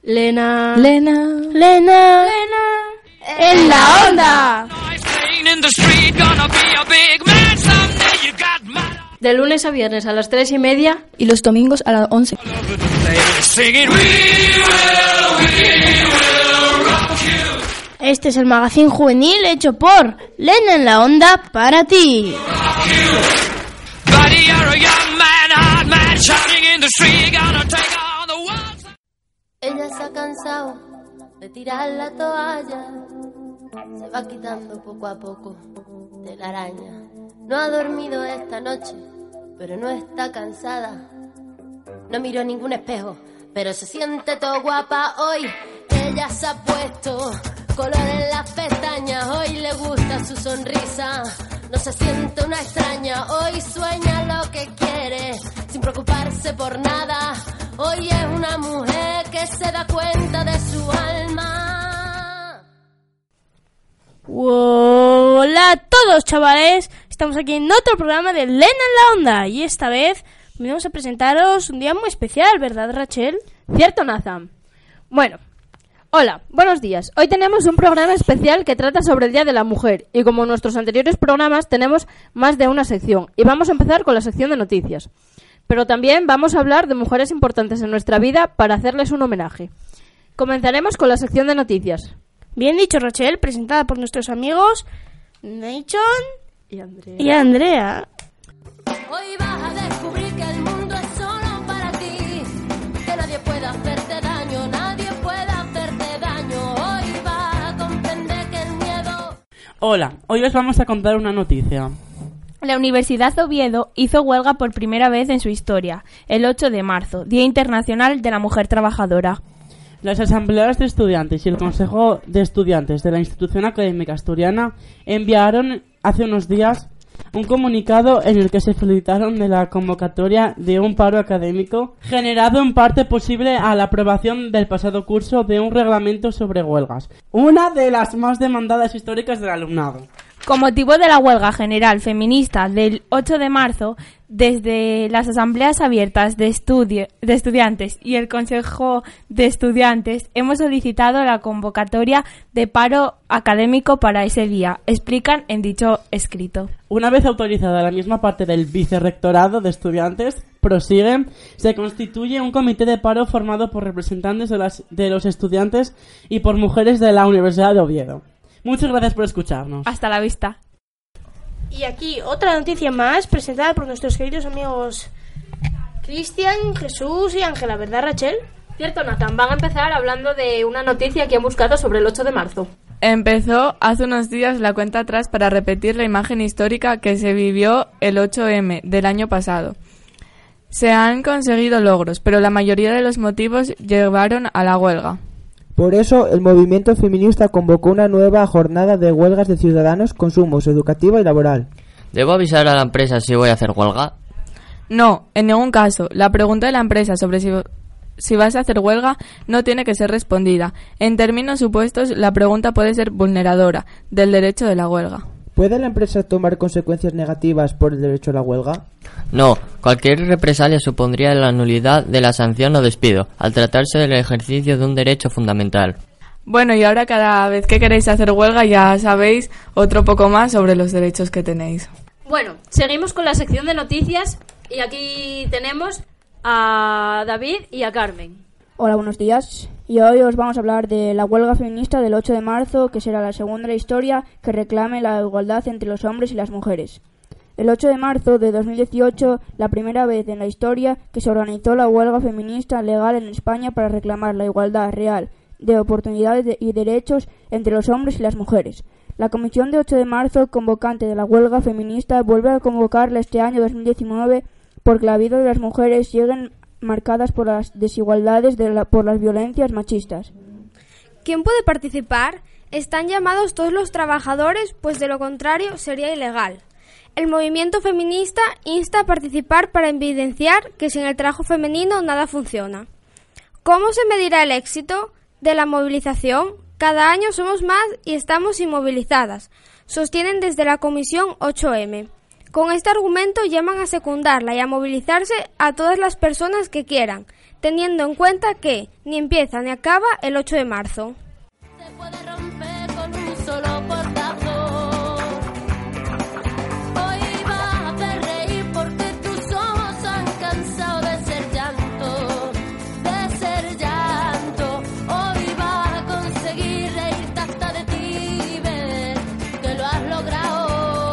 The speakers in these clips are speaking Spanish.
Lena, en la onda. De lunes a viernes a las 3:30 y los domingos a las 11. Este es el magazine juvenil hecho por Lena en la onda para ti. Ella se ha cansado de tirar la toalla, se va quitando poco a poco de la araña. No ha dormido esta noche, pero no está cansada. No miró ningún espejo, pero se siente todo guapa hoy. Ella se ha puesto color en las pestañas, hoy le gusta su sonrisa. No se siente una extraña, hoy sueña lo que quiere, sin preocuparse por nada. Hoy es una mujer que se da cuenta de su alma. Hola a todos, chavales. Estamos aquí en otro programa de Lena en la onda. Y esta vez venimos a presentaros un día muy especial, ¿verdad, Rachel? Cierto, Nathan. Bueno, hola, buenos días. Hoy tenemos un programa especial que trata sobre el Día de la Mujer. Y como en nuestros anteriores programas tenemos más de una sección. Y vamos a empezar con la sección de noticias. Pero también vamos a hablar de mujeres importantes en nuestra vida para hacerles un homenaje. Comenzaremos con la sección de noticias. Bien dicho, Rachel, presentada por nuestros amigos Nathan y Andrea. Hoy vas a descubrir que el mundo es solo para ti, que nadie puede hacerte daño, nadie puede hacerte daño. Hoy vas a comprender que el miedo... Hola, hoy os vamos a contar una noticia. La Universidad de Oviedo hizo huelga por primera vez en su historia, el 8 de marzo, Día Internacional de la Mujer Trabajadora. Las asambleas de estudiantes y el Consejo de Estudiantes de la Institución Académica Asturiana enviaron hace unos días un comunicado en el que se felicitaron de la convocatoria de un paro académico generado en parte posible a la aprobación del pasado curso de un reglamento sobre huelgas, una de las más demandadas históricas del alumnado. Con motivo de la huelga general feminista del 8 de marzo, desde las asambleas abiertas de estudiantes y el Consejo de Estudiantes hemos solicitado la convocatoria de paro académico para ese día, explican en dicho escrito. Una vez autorizada la misma parte del vicerrectorado de estudiantes, prosiguen, se constituye un comité de paro formado por representantes de los estudiantes y por mujeres de la Universidad de Oviedo. Muchas gracias por escucharnos. Hasta la vista. Y aquí otra noticia más presentada por nuestros queridos amigos Cristian, Jesús y Ángela, ¿verdad, Rachel? Cierto, Nathan. Van a empezar hablando de una noticia que han buscado sobre el 8 de marzo. Empezó hace unos días la cuenta atrás para repetir la imagen histórica que se vivió el 8M del año pasado. Se han conseguido logros, pero la mayoría de los motivos llevaron a la huelga. Por eso, el movimiento feminista convocó una nueva jornada de huelgas de ciudadanos, consumos, educativa y laboral. ¿Debo avisar a la empresa si voy a hacer huelga? No, en ningún caso. La pregunta de la empresa sobre si vas a hacer huelga no tiene que ser respondida. En términos supuestos, la pregunta puede ser vulneradora del derecho de la huelga. ¿Puede la empresa tomar consecuencias negativas por el derecho a la huelga? No, cualquier represalia supondría la nulidad de la sanción o despido, al tratarse del ejercicio de un derecho fundamental. Bueno, y ahora cada vez que queréis hacer huelga ya sabéis otro poco más sobre los derechos que tenéis. Bueno, seguimos con la sección de noticias y aquí tenemos a David y a Carmen. Hola, buenos días. Y hoy os vamos a hablar de la huelga feminista del 8 de marzo, que será la segunda de la historia que reclame la igualdad entre los hombres y las mujeres. El 8 de marzo de 2018, la primera vez en la historia que se organizó la huelga feminista legal en España para reclamar la igualdad real de oportunidades y derechos entre los hombres y las mujeres. La Comisión de 8 de marzo, convocante de la huelga feminista, vuelve a convocarla este año 2019 porque la vida de las mujeres sigue marcadas por las desigualdades por las violencias machistas. ¿Quién puede participar? Están llamados todos los trabajadores, pues de lo contrario sería ilegal. El movimiento feminista insta a participar para evidenciar que sin el trabajo femenino nada funciona. ¿Cómo se medirá el éxito de la movilización? Cada año somos más y estamos inmovilizadas, sostienen desde la Comisión 8M. Con este argumento llaman a secundarla y a movilizarse a todas las personas que quieran, teniendo en cuenta que ni empieza ni acaba el 8 de marzo. Se puede romper con un solo portazo. Hoy vas a hacer reír porque tus ojos han cansado de ser llanto, de ser llanto. Hoy vas a conseguir reírte hasta de ti, ver que lo has logrado.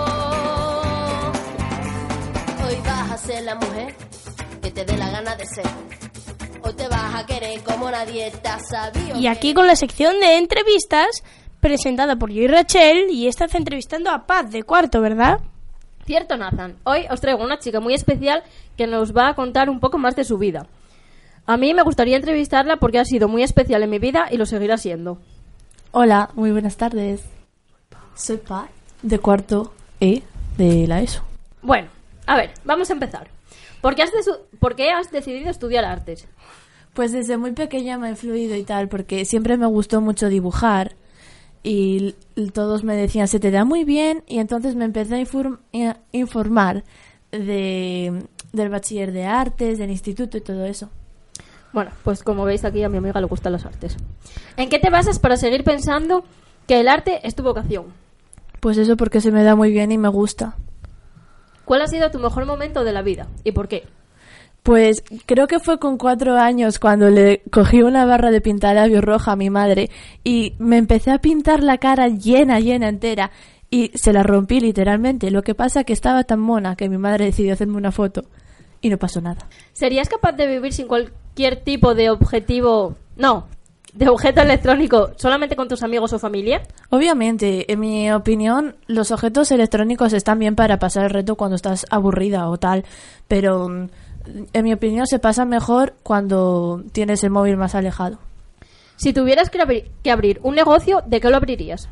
Hoy vas a ser la mujer que te dé la gana de ser. Hoy te vas a querer como nadie te ha sabido. Y aquí con la sección de entrevistas presentada por yo y Rachel, y estás entrevistando a Paz de cuarto, ¿verdad? Cierto, Nathan. Hoy os traigo una chica muy especial que nos va a contar un poco más de su vida. A mí me gustaría entrevistarla porque ha sido muy especial en mi vida y lo seguirá siendo. Hola, muy buenas tardes. Soy Paz, de cuarto E de la ESO. Bueno, a ver, vamos a empezar. ¿Por qué has decidido estudiar artes? Pues desde muy pequeña me ha influido y tal, porque siempre me gustó mucho dibujar y todos me decían, se te da muy bien, y entonces me empecé a informar del bachiller de artes, del instituto y todo eso. Bueno, pues como veis aquí a mi amiga le gustan las artes. ¿En qué te basas para seguir pensando que el arte es tu vocación? Pues eso, porque se me da muy bien y me gusta. ¿Cuál ha sido tu mejor momento de la vida y por qué? Pues creo que fue con 4 años cuando le cogí una barra de pintalabios roja a mi madre y me empecé a pintar la cara llena entera y se la rompí literalmente. Lo que pasa que estaba tan mona que mi madre decidió hacerme una foto y no pasó nada. ¿Serías capaz de vivir sin cualquier tipo de objeto electrónico solamente con tus amigos o familia? Obviamente, en mi opinión, los objetos electrónicos están bien para pasar el reto cuando estás aburrida o tal, pero en mi opinión se pasa mejor cuando tienes el móvil más alejado. Si tuvieras que abrir un negocio, ¿de qué lo abrirías?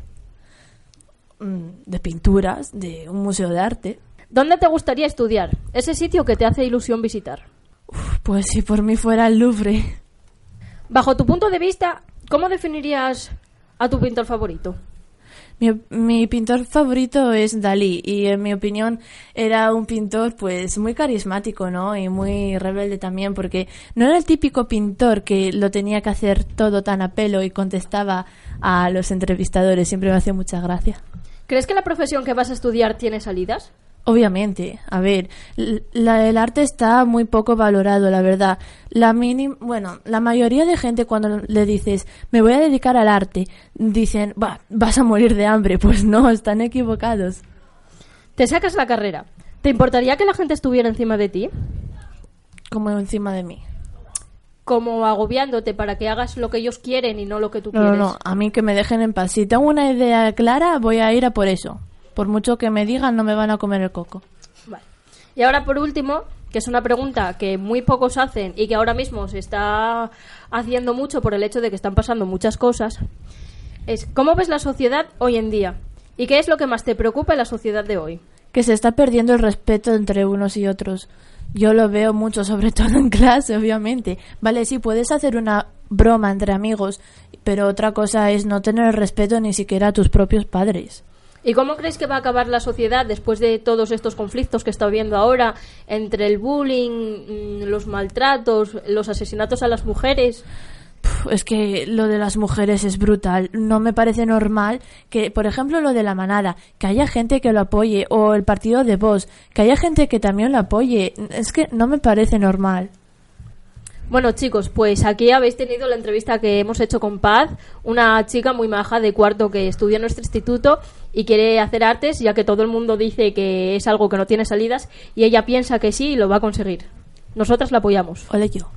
De pinturas, de un museo de arte. ¿Dónde te gustaría estudiar? Ese sitio que te hace ilusión visitar. Pues si por mí fuera el Louvre. Bajo tu punto de vista, ¿cómo definirías a tu pintor favorito? Mi pintor favorito es Dalí y en mi opinión era un pintor pues muy carismático, ¿no? Y muy rebelde también, porque no era el típico pintor que lo tenía que hacer todo tan a pelo y contestaba a los entrevistadores. Siempre me hacía mucha gracia. ¿Crees que la profesión que vas a estudiar tiene salidas? Obviamente, a ver, el arte está muy poco valorado, la verdad. La mayoría de gente cuando le dices, me voy a dedicar al arte, dicen, vas a morir de hambre. Pues no, están equivocados. Te sacas la carrera. ¿Te importaría que la gente estuviera encima de ti? ¿Cómo encima de mí? Como agobiándote para que hagas lo que ellos quieren y no lo que tú quieres. No, a mí que me dejen en paz. Si tengo una idea clara, voy a ir a por eso. Por mucho que me digan, no me van a comer el coco. Vale. Y ahora, por último, que es una pregunta que muy pocos hacen y que ahora mismo se está haciendo mucho por el hecho de que están pasando muchas cosas, es ¿cómo ves la sociedad hoy en día? ¿Y qué es lo que más te preocupa en la sociedad de hoy? Que se está perdiendo el respeto entre unos y otros. Yo lo veo mucho, sobre todo en clase, obviamente. Vale, sí, puedes hacer una broma entre amigos, pero otra cosa es no tener el respeto ni siquiera a tus propios padres. ¿Y cómo crees que va a acabar la sociedad después de todos estos conflictos que está habiendo ahora entre el bullying, los maltratos, los asesinatos a las mujeres? Es que lo de las mujeres es brutal. No me parece normal que, por ejemplo, lo de la manada, que haya gente que lo apoye, o el partido de Vox, que haya gente que también lo apoye. Es que no me parece normal. Bueno, chicos, pues aquí habéis tenido la entrevista que hemos hecho con Paz, una chica muy maja de cuarto que estudia en nuestro instituto y quiere hacer artes, ya que todo el mundo dice que es algo que no tiene salidas, y ella piensa que sí y lo va a conseguir. Nosotras la apoyamos. Ole yo.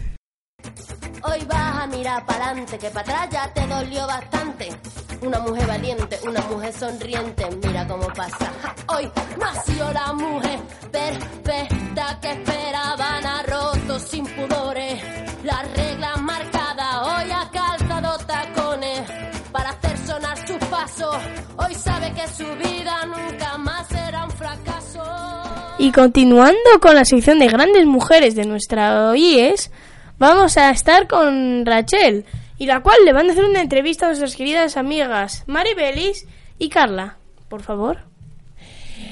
Hoy vas a mirar para adelante, que para atrás ya te dolió bastante. Una mujer valiente, una mujer sonriente, mira cómo pasa. Hoy nació la mujer perfecta que esperaban, ha roto sin pudores las reglas marcadas. Hoy ha calzado tacones para hacer sonar sus pasos. Hoy sabe que su vida nunca más será un fracaso. Y continuando con la sección de grandes mujeres de nuestra IES, vamos a estar con Rachel, y la cual le van a hacer una entrevista a nuestras queridas amigas Maribelis y Carla. Por favor.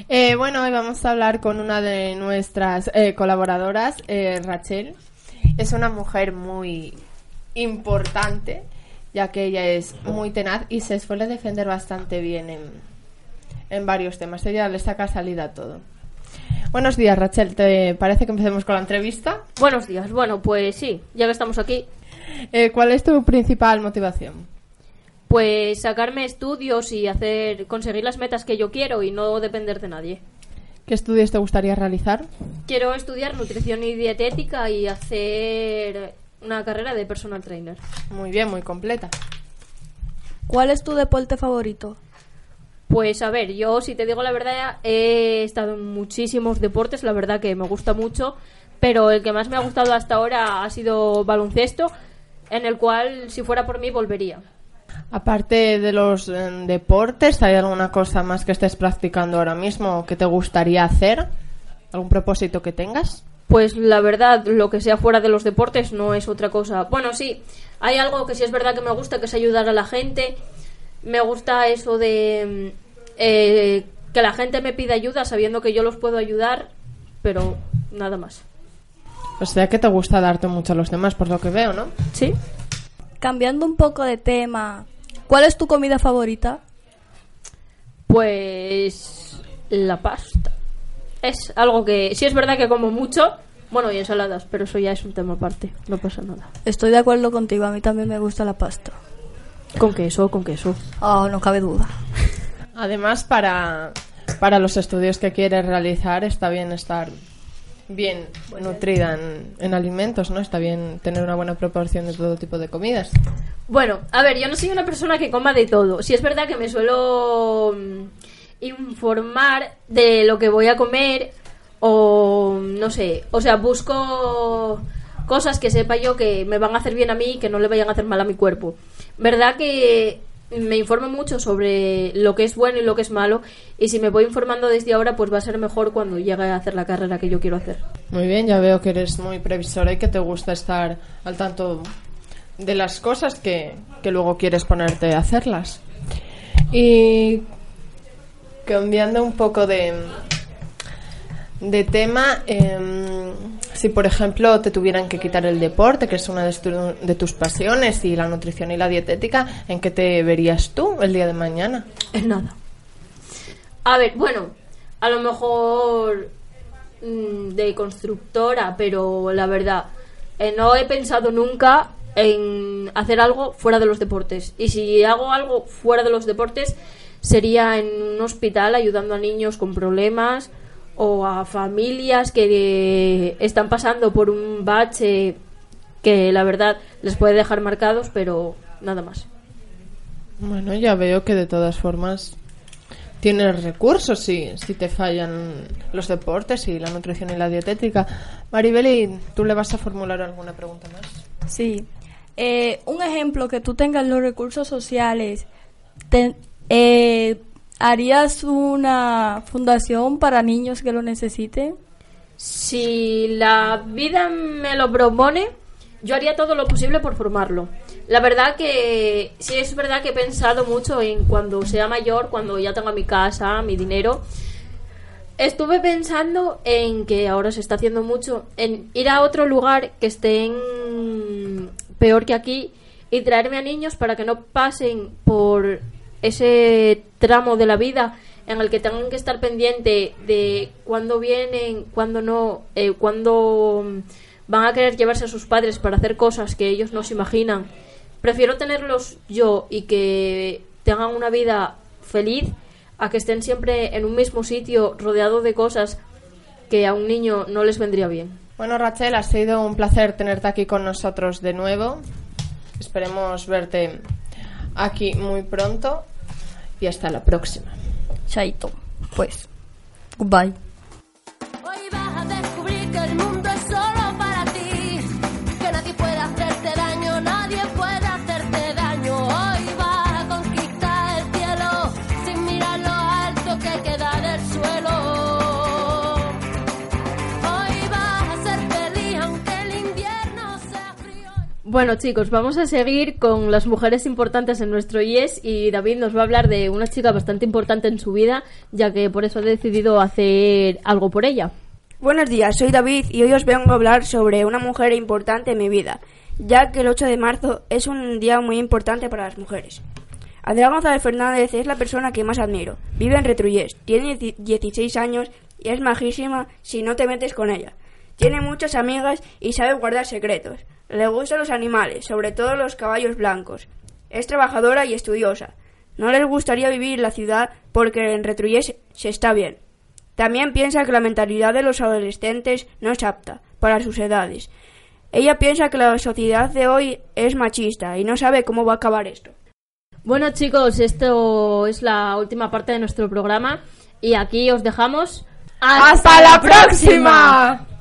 Bueno, hoy vamos a hablar con una de nuestras colaboradoras, Rachel. Es una mujer muy importante, ya que ella es muy tenaz y se suele defender bastante bien en varios temas. Ella le saca salida a todo. Buenos días, Rachel. ¿Te parece que empecemos con la entrevista? Buenos días. Bueno, pues sí, ya que estamos aquí. ¿Cuál es tu principal motivación? Pues sacarme estudios y conseguir las metas que yo quiero y no depender de nadie. ¿Qué estudios te gustaría realizar? Quiero estudiar nutrición y dietética y hacer una carrera de personal trainer. Muy bien, muy completa. ¿Cuál es tu deporte favorito? Pues a ver, yo si te digo la verdad he estado en muchísimos deportes, la verdad que me gusta mucho, pero el que más me ha gustado hasta ahora ha sido baloncesto, en el cual si fuera por mí volvería. Aparte de los deportes, ¿hay alguna cosa más que estés practicando ahora mismo que te gustaría hacer? ¿Algún propósito que tengas? Pues la verdad, lo que sea fuera de los deportes no es otra cosa. Bueno, sí, hay algo que sí es verdad que me gusta, que es ayudar a la gente. Me gusta eso de que la gente me pida ayuda sabiendo que yo los puedo ayudar, pero nada más. O sea que te gusta darte mucho a los demás, por lo que veo, ¿no? Sí. Cambiando un poco de tema, ¿cuál es tu comida favorita? Pues la pasta. Es algo que sí es verdad que como mucho, bueno, y ensaladas, pero eso ya es un tema aparte, no pasa nada. Estoy de acuerdo contigo, a mí también me gusta la pasta. Con queso, con queso. Oh, no cabe duda. Además, para los estudios que quieres realizar, está bien estar bien nutrida en alimentos, ¿no? Está bien tener una buena proporción de todo tipo de comidas. Bueno, a ver, yo no soy una persona que coma de todo. Sí es verdad que me suelo informar de lo que voy a comer o no sé, o sea, busco cosas que sepa yo que me van a hacer bien a mí y que no le vayan a hacer mal a mi cuerpo. Verdad que me informo mucho sobre lo que es bueno y lo que es malo, y si me voy informando desde ahora, pues va a ser mejor cuando llegue a hacer la carrera que yo quiero hacer. Muy bien, ya veo que eres muy previsora y que te gusta estar al tanto de las cosas que luego quieres ponerte a hacerlas. Y cambiando un poco de tema, si por ejemplo te tuvieran que quitar el deporte, que es una de tus pasiones, y la nutrición y la dietética, ¿en qué te verías tú el día de mañana? En nada. A ver, bueno, a lo mejor de constructora, pero la verdad, no he pensado nunca en hacer algo fuera de los deportes. Y si hago algo fuera de los deportes, sería en un hospital ayudando a niños con problemas o a familias que están pasando por un bache que la verdad les puede dejar marcados, pero nada más. Bueno, ya veo que de todas formas tienes recursos si te fallan los deportes y la nutrición y la dietética. Maribeli, ¿tú le vas a formular alguna pregunta más? Sí. Un ejemplo, que tú tengas los recursos sociales, ¿harías una fundación para niños que lo necesiten? Si la vida me lo propone, yo haría todo lo posible por formarlo. La verdad que sí es verdad que he pensado mucho en cuando sea mayor, cuando ya tenga mi casa, mi dinero. Estuve pensando en que ahora se está haciendo mucho, en ir a otro lugar que estén peor que aquí y traerme a niños para que no pasen por ese tramo de la vida en el que tengan que estar pendiente de cuándo vienen, cuándo no, cuándo van a querer llevarse a sus padres para hacer cosas que ellos no se imaginan. Prefiero tenerlos yo y que tengan una vida feliz a que estén siempre en un mismo sitio rodeado de cosas que a un niño no les vendría bien. Bueno, Rachel, ha sido un placer tenerte aquí con nosotros de nuevo. Esperemos verte aquí muy pronto y hasta la próxima. Chaito. Pues, goodbye. Hoy vas a descubrir que el mundo es solo para ti, que nadie puede hacerte daño, nadie puede hacerte daño. Hoy vas a conquistar el cielo sin mirar lo alto que queda del suelo. Hoy vas a ser feliz aunque el invierno sea frío. Bueno, chicos, vamos a seguir con las mujeres importantes en nuestro IES y David nos va a hablar de una chica bastante importante en su vida, ya que por eso ha decidido hacer algo por ella. Buenos días, soy David y hoy os vengo a hablar sobre una mujer importante en mi vida, ya que el 8 de marzo es un día muy importante para las mujeres. Adriana González Fernández es la persona que más admiro. Vive en Retruyés, tiene 16 años y es majísima si no te metes con ella. Tiene muchas amigas y sabe guardar secretos. Le gustan los animales, sobre todo los caballos blancos. Es trabajadora y estudiosa. No les gustaría vivir en la ciudad porque en Retruyés se está bien. También piensa que la mentalidad de los adolescentes no es apta para sus edades. Ella piensa que la sociedad de hoy es machista y no sabe cómo va a acabar esto. Bueno, chicos, esto es la última parte de nuestro programa y aquí os dejamos. ¡Hasta la próxima!